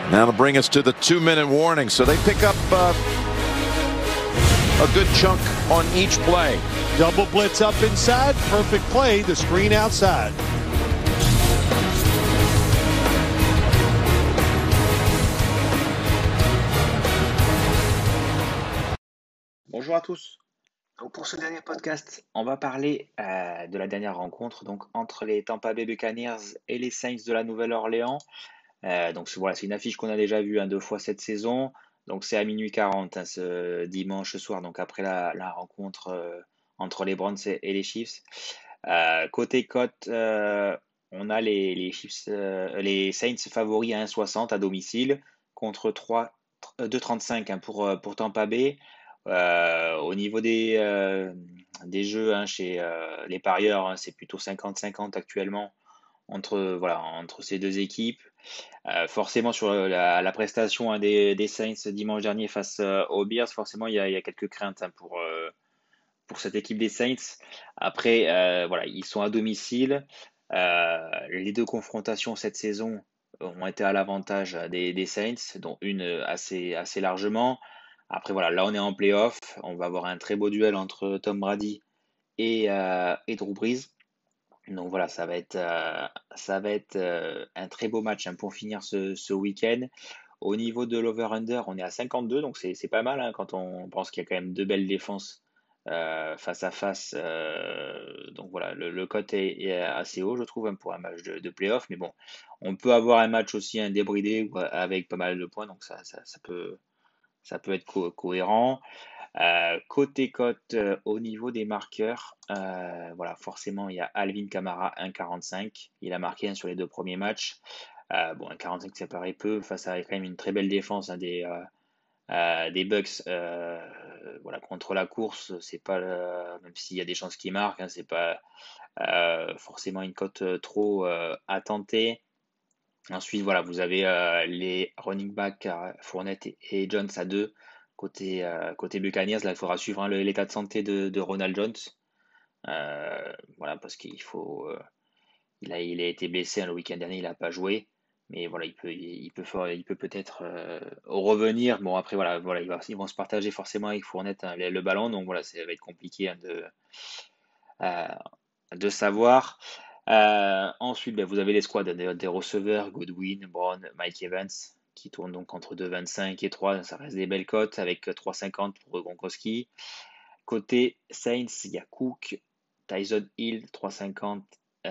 That'll bring us to the 2-minute warning. So they pick up a good chunk on each play. Double blitz up inside. Perfect play. The screen outside. Bonjour à tous. Donc pour ce dernier podcast, on va parler de la dernière rencontre donc entre les Tampa Bay Buccaneers et les Saints de la Nouvelle-Orléans. Donc voilà, c'est une affiche qu'on a déjà vue 2 fois cette saison. Donc c'est à minuit 40 ce dimanche soir, donc après la rencontre entre les Browns et les Chiefs. Côté cote, on a les Chiefs, les Saints favoris à 1,60 à domicile contre 2,35 pour Tampa Bay. Au niveau des jeux chez les parieurs, c'est plutôt 50-50 actuellement entre ces deux équipes. Forcément, sur la prestation des Saints dimanche dernier face aux Bears, forcément, il y a quelques craintes pour cette équipe des Saints. Après, ils sont à domicile. Les deux confrontations cette saison ont été à l'avantage des Saints, dont une assez largement. Après, là, on est en playoff. On va avoir un très beau duel entre Tom Brady et Drew Brees. Donc voilà, ça va être un très beau match pour finir ce week-end. Au niveau de l'over-under, on est à 52, donc c'est pas mal quand on pense qu'il y a quand même deux belles défenses face à face. Donc voilà, le cote est assez haut, je trouve, pour un match de playoff. Mais bon, on peut avoir un match aussi débridé avec pas mal de points, donc ça peut être cohérent. Côté cote, au niveau des marqueurs, forcément, il y a Alvin Kamara 1,45. Il a marqué sur les deux premiers matchs. 1,45, ça paraît peu face à quand même une très belle défense des Bucks. Contre la course, c'est pas même s'il y a des chances qu'il marque, c'est pas forcément une cote trop à tenter. Ensuite, vous avez les running backs Fournette et Jones à 2. Côté Buccaneers, là, il faudra suivre l'état de santé de Ronald Jones. Parce qu'il faut. Il a été blessé le week-end dernier, il n'a pas joué. Mais il peut peut-être revenir. Bon, après, ils vont se partager forcément avec Fournette le ballon. Donc ça va être compliqué de savoir. Ensuite, vous avez les squads des receveurs, Godwin, Brown, Mike Evans, qui tournent donc entre 2,25 et 3. Ça reste des belles cotes avec 3,50 pour Gronkowski. Côté Saints, il y a Cook, Tyson Hill, 3,50,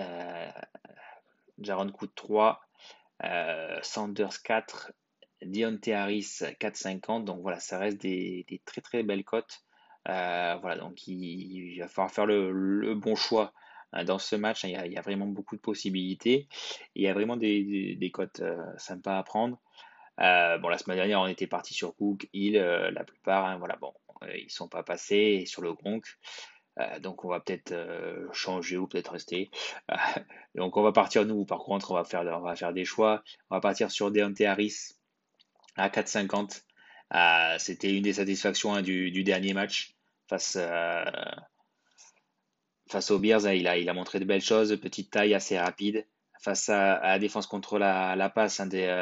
Jaron Cook 3, Sanders 4, Deontay Harris 4,50. Donc ça reste des très très belles cotes. Donc il va falloir faire le bon choix dans ce match. Il y a vraiment beaucoup de possibilités. Il y a vraiment des cotes sympas à prendre. La semaine dernière, on était parti sur Cook, Hill, la plupart. Ils sont pas passés et sur le Gronk. Donc on va peut-être changer ou peut-être rester. Donc on va partir nous. Par contre, on va faire des choix. On va partir sur Deontay Harris à 4,50. C'était une des satisfactions du dernier match face aux Bears. Il a montré de belles choses, petite taille, assez rapide. Face à la défense contre la passe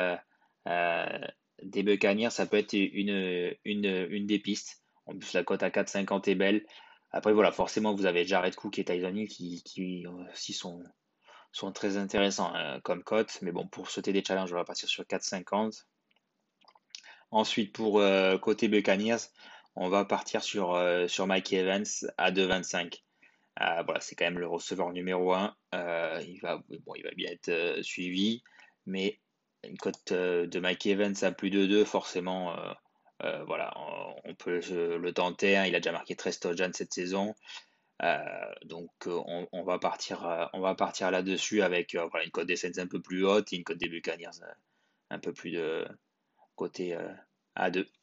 des Buccaneers, ça peut être une des pistes. En plus, la cote à 4,50 est belle. Après, forcément, vous avez Jared Cook et Tyson Hill qui aussi sont très intéressants comme cote. Mais bon, pour sauter des challenges, on va partir sur 4,50. Ensuite, pour côté Buccaneers, on va partir sur Mike Evans à 2,25. C'est quand même le receveur numéro 1. Il va bien être suivi, mais une cote de Mike Evans à plus de 2, forcément, on peut le tenter. Il a déjà marqué 13 touchdowns cette saison. On va partir là-dessus avec une cote des Saints un peu plus haute et une cote des Buccaneers un peu plus de côté A2.